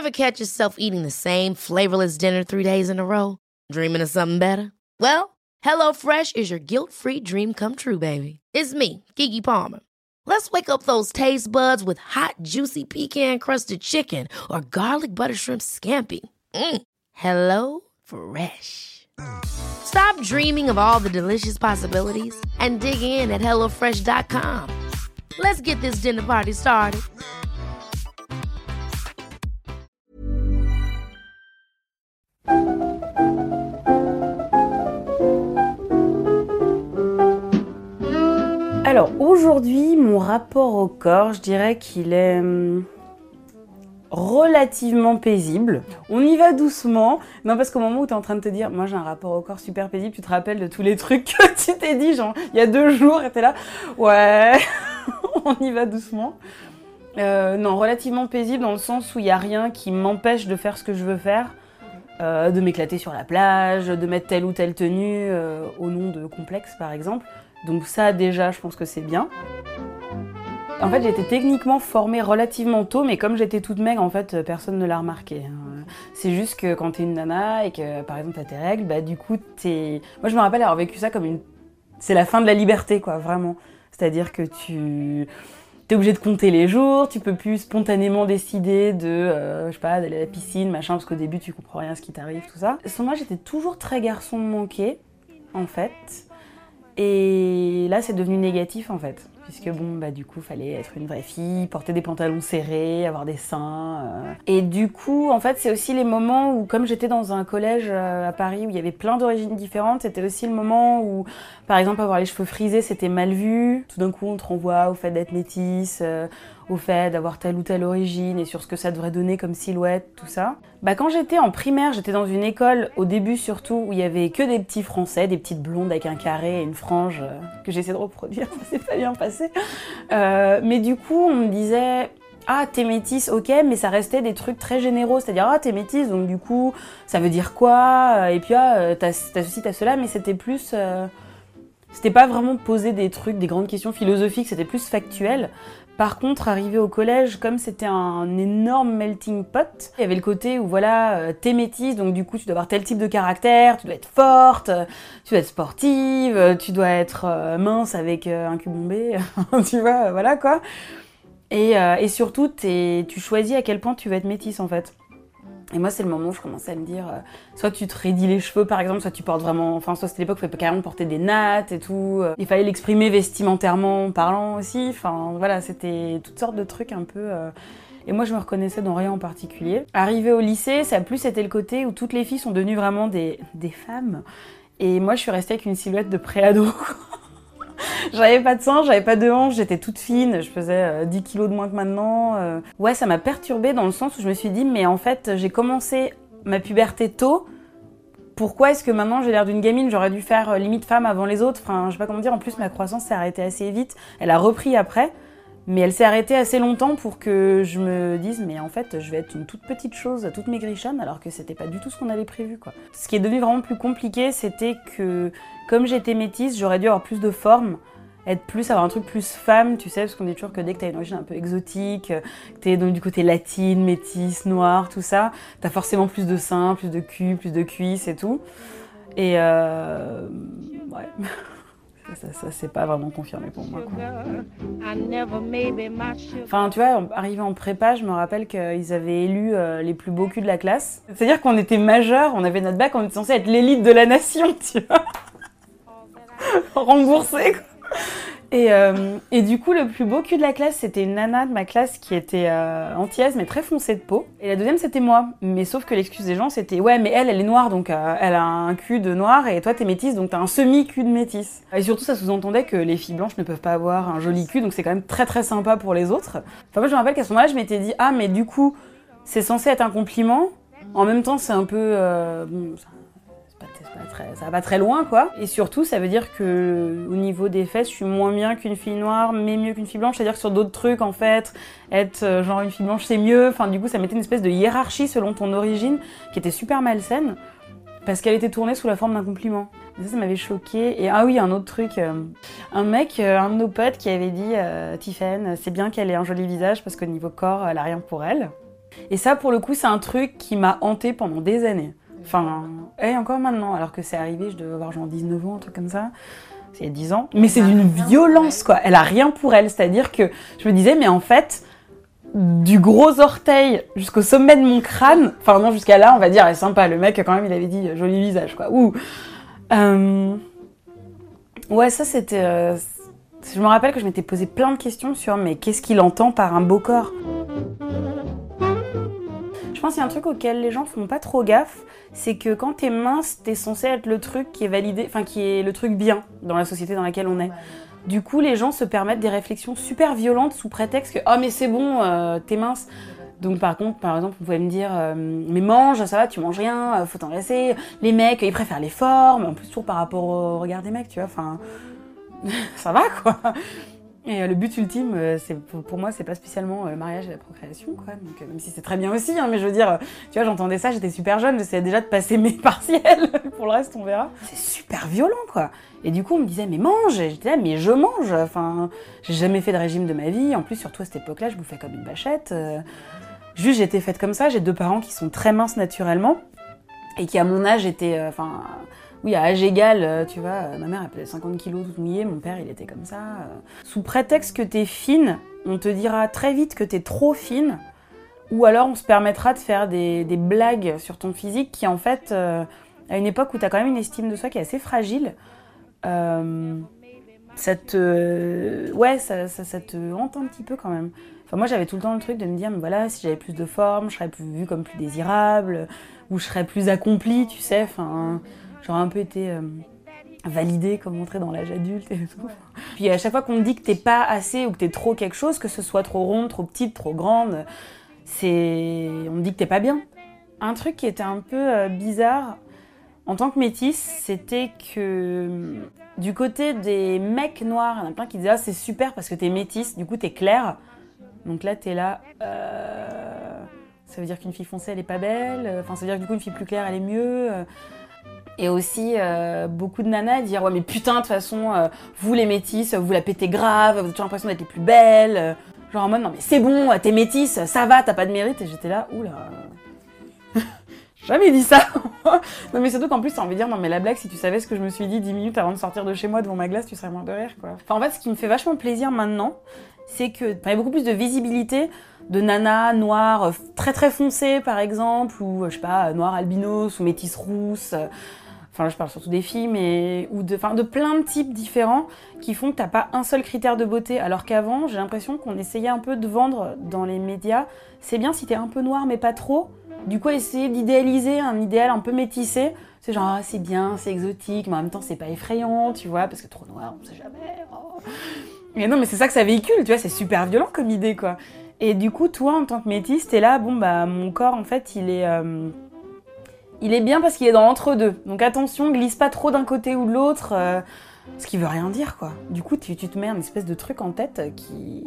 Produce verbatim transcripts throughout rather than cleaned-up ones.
Ever catch yourself eating the same flavorless dinner three days in a row? Dreaming of something better? Well, HelloFresh is your guilt-free dream come true, baby. It's me, Keke Palmer. Let's wake up those taste buds with hot, juicy pecan-crusted chicken or garlic butter shrimp scampi. Mm. Hello Fresh. Stop dreaming of all the delicious possibilities and dig in at hello fresh dot com. Let's get this dinner party started. Alors aujourd'hui, mon rapport au corps, je dirais qu'il est hum, relativement paisible. On y va doucement. Non, parce qu'au moment où tu es en train de te dire, moi j'ai un rapport au corps super paisible, tu te rappelles de tous les trucs que tu t'es dit, genre, il y a deux jours, et t'es là, ouais, on y va doucement. Euh, non, relativement paisible dans le sens où il n'y a rien qui m'empêche de faire ce que je veux faire. Euh, de m'éclater sur la plage, de mettre telle ou telle tenue euh, au nom de complexe par exemple. Donc ça déjà, je pense que c'est bien. En fait, j'ai été techniquement formée relativement tôt, mais comme j'étais toute maigre, en fait, personne ne l'a remarqué. C'est juste que quand t'es une nana et que, par exemple, t'as tes règles, bah du coup, t'es... Moi, je me rappelle avoir vécu ça comme une... C'est la fin de la liberté, quoi, vraiment. C'est-à-dire que tu... T'es obligé de compter les jours, tu peux plus spontanément décider de, euh, je sais pas, d'aller à la piscine, machin, parce qu'au début, tu comprends rien à ce qui t'arrive, tout ça. Sans moi, j'étais toujours très garçon manqué, en fait. Et là, c'est devenu négatif en fait, puisque bon, bah du coup, fallait être une vraie fille, porter des pantalons serrés, avoir des seins. Euh... Et du coup, en fait, c'est aussi les moments où, comme j'étais dans un collège euh, à Paris où il y avait plein d'origines différentes, c'était aussi le moment où, par exemple, avoir les cheveux frisés, c'était mal vu. Tout d'un coup, on te renvoie au fait d'être métisse, euh, au fait d'avoir telle ou telle origine et sur ce que ça devrait donner comme silhouette, tout ça. Bah quand j'étais en primaire, j'étais dans une école, au début surtout, où il y avait que des petits français, des petites blondes avec un carré et une frange euh, que j'essaie de reproduire, ça s'est pas bien passé. Euh, mais du coup, on me disait « Ah, t'es métisse, ok », mais ça restait des trucs très généraux, c'est-à-dire « Ah, t'es métisse, donc du coup, ça veut dire quoi ?» Et puis « Ah, t'as, t'as ceci, t'as cela », mais c'était plus... Euh, c'était pas vraiment poser des trucs, des grandes questions philosophiques, c'était plus factuel. Par contre, arrivé au collège, comme c'était un énorme melting pot, il y avait le côté où voilà, euh, t'es métisse, donc du coup tu dois avoir tel type de caractère, tu dois être forte, euh, tu dois être sportive, euh, tu dois être euh, mince avec euh, un cul bombé, tu vois, euh, voilà quoi. Et, euh, et surtout, t'es, tu choisis à quel point tu veux être métisse en fait. Et moi, c'est le moment où je commençais à me dire, euh, soit tu te raidis les cheveux par exemple, soit tu portes vraiment, enfin, soit c'était l'époque où il fallait carrément porter des nattes et tout. Euh, il fallait l'exprimer vestimentairement parlant aussi. Enfin, voilà, c'était toutes sortes de trucs un peu. Euh... Et moi, je me reconnaissais dans rien en particulier. Arrivé au lycée, ça a plus été le côté où toutes les filles sont devenues vraiment des, des femmes. Et moi, je suis restée avec une silhouette de pré-ado. J'avais pas de seins, j'avais pas de hanches, j'étais toute fine, je faisais euh, dix kilos de moins que maintenant. Euh... Ouais, ça m'a perturbée dans le sens où je me suis dit, mais en fait, j'ai commencé ma puberté tôt. Pourquoi est-ce que maintenant j'ai l'air d'une gamine ? J'aurais dû faire euh, limite femme avant les autres. Enfin, je sais pas comment dire, en plus ma croissance s'est arrêtée assez vite. Elle a repris après, mais elle s'est arrêtée assez longtemps pour que je me dise, mais en fait, je vais être une toute petite chose, toute maigrichonne, alors que c'était pas du tout ce qu'on avait prévu, quoi. Ce qui est devenu vraiment plus compliqué, c'était que, comme j'étais métisse, j'aurais dû avoir plus de forme, être plus, avoir un truc plus femme, tu sais, parce qu'on dit toujours que dès que t'as une origine un peu exotique, que t'es donc du côté latine, métisse, noire, tout ça, t'as forcément plus de seins, plus de cul, plus de cuisses et tout. Et euh... ouais... Ça, ça c'est pas vraiment confirmé pour moi, quoi. Enfin, tu vois, arrivé en prépa, je me rappelle qu'ils avaient élu euh, les plus beaux culs de la classe. C'est-à-dire qu'on était majeurs, on avait notre bac, on était censé être l'élite de la nation, tu vois. Remboursé, quoi. Et, euh, et du coup, le plus beau cul de la classe, c'était une nana de ma classe qui était euh, antillaise, mais très foncée de peau. Et la deuxième, c'était moi. Mais sauf que l'excuse des gens, c'était « Ouais, mais elle, elle est noire, donc euh, elle a un cul de noir, et toi, t'es métisse, donc t'as un semi-cul de métisse. » Et surtout, ça sous-entendait que les filles blanches ne peuvent pas avoir un joli cul, donc c'est quand même très très sympa pour les autres. Enfin, moi, je me rappelle qu'à ce moment-là, je m'étais dit « Ah, mais du coup, c'est censé être un compliment. En même temps, c'est un peu... Euh, bon, ça... Très, ça va pas très loin, quoi. Et surtout, ça veut dire que au niveau des fesses, je suis moins bien qu'une fille noire, mais mieux qu'une fille blanche. C'est-à-dire que sur d'autres trucs, en fait, être euh, genre une fille blanche, c'est mieux. Enfin, du coup, ça mettait une espèce de hiérarchie selon ton origine, qui était super malsaine, parce qu'elle était tournée sous la forme d'un compliment. Et ça, ça m'avait choquée. Et ah oui, un autre truc, euh, un mec, euh, un de nos potes qui avait dit euh, « Tiffen, c'est bien qu'elle ait un joli visage, parce qu'au niveau corps, elle a rien pour elle. » Et ça, pour le coup, c'est un truc qui m'a hantée pendant des années. Enfin, et encore maintenant, alors que c'est arrivé, je devais avoir genre dix-neuf ans, un truc comme ça. C'est il y a dix ans. Mais c'est d'une violence, quoi. Elle a rien pour elle. C'est-à-dire que je me disais, mais en fait, du gros orteil jusqu'au sommet de mon crâne, enfin non, jusqu'à là, on va dire, elle est sympa. Le mec, quand même, il avait dit joli visage, quoi. Ouh. Euh... Ouais, ça, c'était... Euh... Je me rappelle que je m'étais posé plein de questions sur, mais qu'est-ce qu'il entend par un beau corps ? Je pense qu'il y a un truc auquel les gens font pas trop gaffe, c'est que quand t'es mince, t'es censé être le truc qui est validé, enfin qui est le truc bien dans la société dans laquelle on est. Du coup, les gens se permettent des réflexions super violentes sous prétexte que « Oh mais c'est bon, euh, t'es mince ». Donc par contre, par exemple, vous pouvez me dire euh, « Mais mange, ça va, tu manges rien, euh, faut t'engraisser ». Les mecs, ils préfèrent les formes, en plus toujours par rapport au regard des mecs, tu vois, enfin... ça va quoi. Et euh, le but ultime, euh, c'est, pour, pour moi, c'est pas spécialement euh, le mariage et la procréation, quoi. Donc, euh, même si c'est très bien aussi, hein, mais je veux dire, euh, tu vois, j'entendais ça, j'étais super jeune, j'essayais déjà de passer mes partiels. Pour le reste, on verra. C'est super violent, quoi. Et du coup, on me disait, mais mange. Et j'étais là, mais je mange. Enfin, j'ai jamais fait de régime de ma vie. En plus, surtout à cette époque-là, je bouffais comme une vachette. Euh, juste, j'étais faite comme ça. J'ai deux parents qui sont très minces naturellement et qui, à mon âge, étaient, enfin. Euh, Oui, à âge égal, tu vois, ma mère elle pesait cinquante kilos toute mouillée, mon père il était comme ça. Sous prétexte que t'es fine, on te dira très vite que t'es trop fine, ou alors on se permettra de faire des, des blagues sur ton physique qui en fait, euh, à une époque où t'as quand même une estime de soi qui est assez fragile, euh, ça te... Ouais, ça, ça, ça te hante un petit peu quand même. Enfin, moi j'avais tout le temps le truc de me dire, mais voilà, si j'avais plus de forme, je serais plus, vue comme plus désirable, ou je serais plus accomplie, tu sais, enfin... J'aurais un peu été euh, validée comme entrée dans l'âge adulte et tout. Puis à chaque fois qu'on me dit que t'es pas assez ou que t'es trop quelque chose, que ce soit trop ronde, trop petite, trop grande, c'est... on me dit que t'es pas bien. Un truc qui était un peu euh, bizarre en tant que métisse, c'était que du côté des mecs noirs, il y en a plein qui disaient « Ah, c'est super parce que t'es métisse, du coup t'es claire ». Donc là, t'es là... Euh... Ça veut dire qu'une fille foncée, elle est pas belle. Enfin, ça veut dire que du coup, une fille plus claire, elle est mieux. Et aussi, euh, beaucoup de nanas dire « Ouais, mais putain, de toute façon, euh, vous les métisses, vous la pétez grave, vous avez toujours l'impression d'être les plus belles. » Genre en mode « Non, mais c'est bon, t'es métisse, ça va, t'as pas de mérite. » Et j'étais là « Oula... » J'ai jamais dit ça. Non, mais surtout qu'en plus, t'as envie de dire « Non, mais la blague, si tu savais ce que je me suis dit dix minutes avant de sortir de chez moi devant ma glace, tu serais mort de rire, quoi. » Enfin, en fait, ce qui me fait vachement plaisir maintenant, c'est que il y a beaucoup plus de visibilité de nanas noires très très foncées, par exemple, ou, je sais pas, noires albinos ou métisses rousses. Enfin, là, je parle surtout des filles, mais... ou de, enfin, de plein de types différents qui font que t'as pas un seul critère de beauté. Alors qu'avant, j'ai l'impression qu'on essayait un peu de vendre dans les médias. C'est bien si t'es un peu noir, mais pas trop. Du coup, essayer d'idéaliser un idéal un peu métissé. C'est genre, ah, c'est bien, c'est exotique, mais en même temps, c'est pas effrayant, tu vois, parce que trop noir, on sait jamais. Oh. Mais non, mais c'est ça que ça véhicule, tu vois, c'est super violent comme idée, quoi. Et du coup, toi, en tant que métisse, t'es là, bon, bah, mon corps, en fait, il est... Euh... Il est bien parce qu'il est dans l'entre-deux. Donc attention, glisse pas trop d'un côté ou de l'autre, euh, ce qui veut rien dire, quoi. Du coup, tu, tu te mets un espèce de truc en tête qui...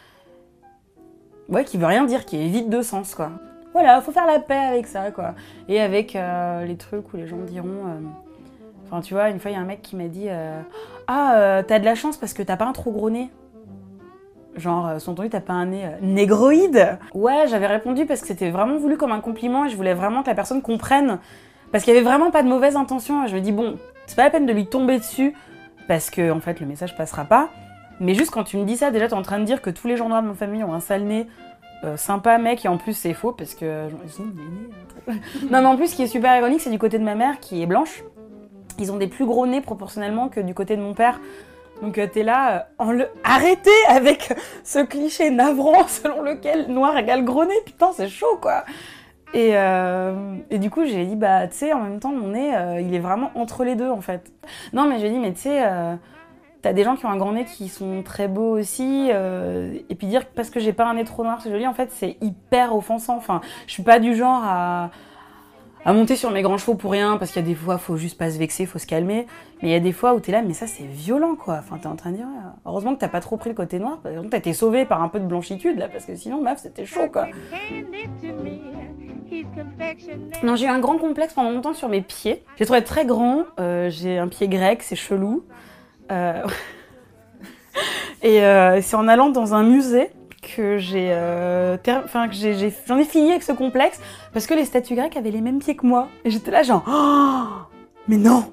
Ouais, qui veut rien dire, qui est vide de sens, quoi. Voilà, faut faire la paix avec ça, quoi. Et avec euh, les trucs où les gens diront... Euh... Enfin, tu vois, une fois, il y a un mec qui m'a dit euh, « Ah, euh, t'as de la chance parce que t'as pas un trop gros nez. » Genre, euh, sous-entendu, t'as pas un nez euh, négroïde. Ouais, j'avais répondu parce que c'était vraiment voulu comme un compliment et je voulais vraiment que la personne comprenne. Parce qu'il y avait vraiment pas de mauvaise intention. Et je me dis, bon, c'est pas la peine de lui tomber dessus parce que, en fait, le message passera pas. Mais juste quand tu me dis ça, déjà, t'es en train de dire que tous les gens noirs de ma famille ont un sale nez. Euh, sympa mec, et en plus, c'est faux parce que... Genre, ils ont des nez... Non, mais en plus, ce qui est super ironique, c'est du côté de ma mère qui est blanche. Ils ont des plus gros nez proportionnellement que du côté de mon père. Donc euh, t'es là, euh, en le... arrêtez avec ce cliché navrant selon lequel noir égale gros nez, putain c'est chaud quoi. Et, euh, et du coup j'ai dit bah tu sais en même temps mon nez euh, il est vraiment entre les deux en fait. Non mais j'ai dit mais tu sais euh, t'as des gens qui ont un grand nez qui sont très beaux aussi euh, et puis dire que parce que j'ai pas un nez trop noir c'est joli en fait c'est hyper offensant. Enfin je suis pas du genre à... à monter sur mes grands chevaux pour rien, parce qu'il y a des fois, faut juste pas se vexer, faut se calmer. Mais il y a des fois où t'es là, mais ça c'est violent quoi. Enfin, t'es en train de dire, ouais, heureusement que t'as pas trop pris le côté noir, par exemple, t'as été sauvée par un peu de blanchitude là, parce que sinon, meuf, c'était chaud quoi. Non, j'ai eu un grand complexe pendant longtemps sur mes pieds. J'ai trouvé très grand, euh, j'ai un pied grec, c'est chelou. Euh... Et euh, c'est en allant dans un musée que j'ai, euh, ter... enfin, que j'ai, j'ai... j'en ai fini avec ce complexe parce que les statues grecques avaient les mêmes pieds que moi. Et j'étais là genre, oh, mais non.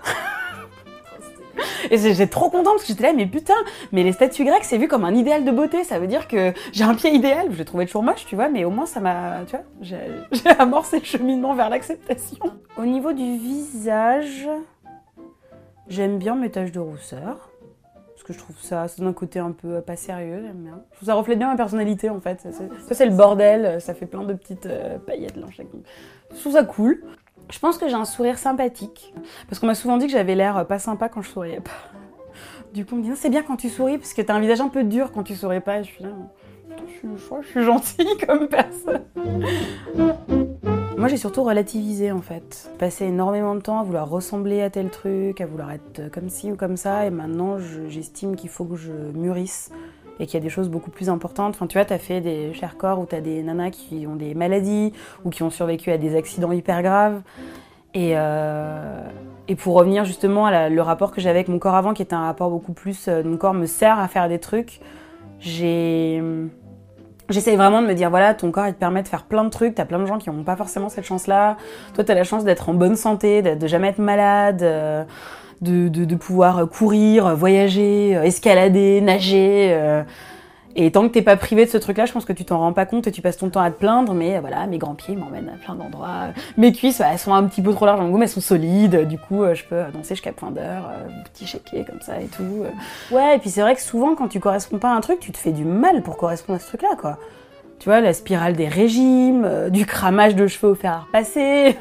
Et j'étais trop contente parce que j'étais là, mais putain, mais les statues grecques, c'est vu comme un idéal de beauté. Ça veut dire que j'ai un pied idéal. Je l'ai trouvé toujours moche, tu vois, mais au moins ça m'a, tu vois, j'ai, j'ai amorcé le cheminement vers l'acceptation. Au niveau du visage, j'aime bien mes taches de rousseur. Parce que je trouve ça, ça donne un côté un peu pas sérieux, j'aime bien. Je trouve ça reflète bien ma personnalité en fait. Ça, c'est, ça, c'est le bordel, ça fait plein de petites euh, paillettes là. Chaque... Je trouve ça cool. Je pense que j'ai un sourire sympathique. Parce qu'on m'a souvent dit que j'avais l'air pas sympa quand je souriais pas. Du coup, on me dit, c'est bien quand tu souris, parce que t'as un visage un peu dur quand tu souris pas. Et je suis là, je suis, je crois que je suis gentille comme personne. Moi, j'ai surtout relativisé en fait. Passé énormément de temps à vouloir ressembler à tel truc, à vouloir être comme ci ou comme ça. Et maintenant, je, j'estime qu'il faut que je mûrisse. Et qu'il y a des choses beaucoup plus importantes. Enfin, tu vois, t'as fait des chers corps où t'as des nanas qui ont des maladies ou qui ont survécu à des accidents hyper graves. Et, euh, et pour revenir justement à la, le rapport que j'avais avec mon corps avant, qui était un rapport beaucoup plus... Euh, mon corps me sert à faire des trucs. J'ai... J'essaye vraiment de me dire, voilà, ton corps, il te permet de faire plein de trucs. T'as plein de gens qui n'ont pas forcément cette chance-là. Toi, t'as la chance d'être en bonne santé, de, de jamais être malade... Euh, De, de, de pouvoir courir, voyager, escalader, nager. Euh, et tant que t'es pas privé de ce truc-là, je pense que tu t'en rends pas compte et tu passes ton temps à te plaindre. Mais voilà, mes grands pieds m'emmènent à plein d'endroits. Mes cuisses, elles sont un petit peu trop larges en goût, mais elles sont solides. Du coup, je peux danser jusqu'à point d'heure, petit shaké comme ça et tout. Ouais, et puis c'est vrai que souvent, quand tu corresponds pas à un truc, tu te fais du mal pour correspondre à ce truc-là, quoi. Tu vois, la spirale des régimes, euh, du cramage de cheveux au fer à repasser...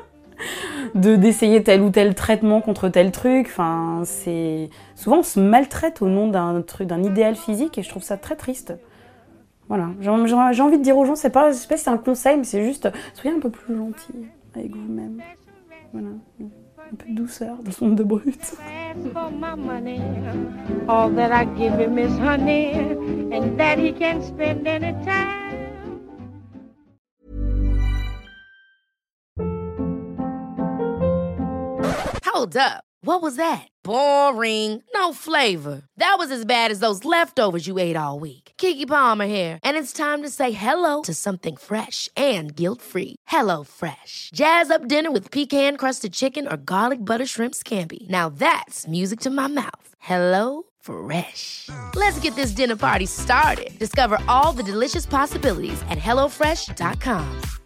de d'essayer tel ou tel traitement contre tel truc, enfin c'est souvent on se maltraite au nom d'un truc, d'un idéal physique et je trouve ça très triste. Voilà, j'ai, j'ai, j'ai envie de dire aux gens, c'est pas, je sais pas si c'est un conseil, mais c'est juste soyez un peu plus gentil avec vous-même. Voilà, un peu de douceur dans son monde de brut. All that I give him is honey and that he can spend any time. Hold up. What was that? Boring. No flavor. That was as bad as those leftovers you ate all week. Keke Palmer here, and it's time to say hello to something fresh and guilt-free. Hello Fresh. Jazz up dinner with pecan-crusted chicken or garlic butter shrimp scampi. Now that's music to my mouth. Hello Fresh. Let's get this dinner party started. Discover all the delicious possibilities at hello fresh dot com.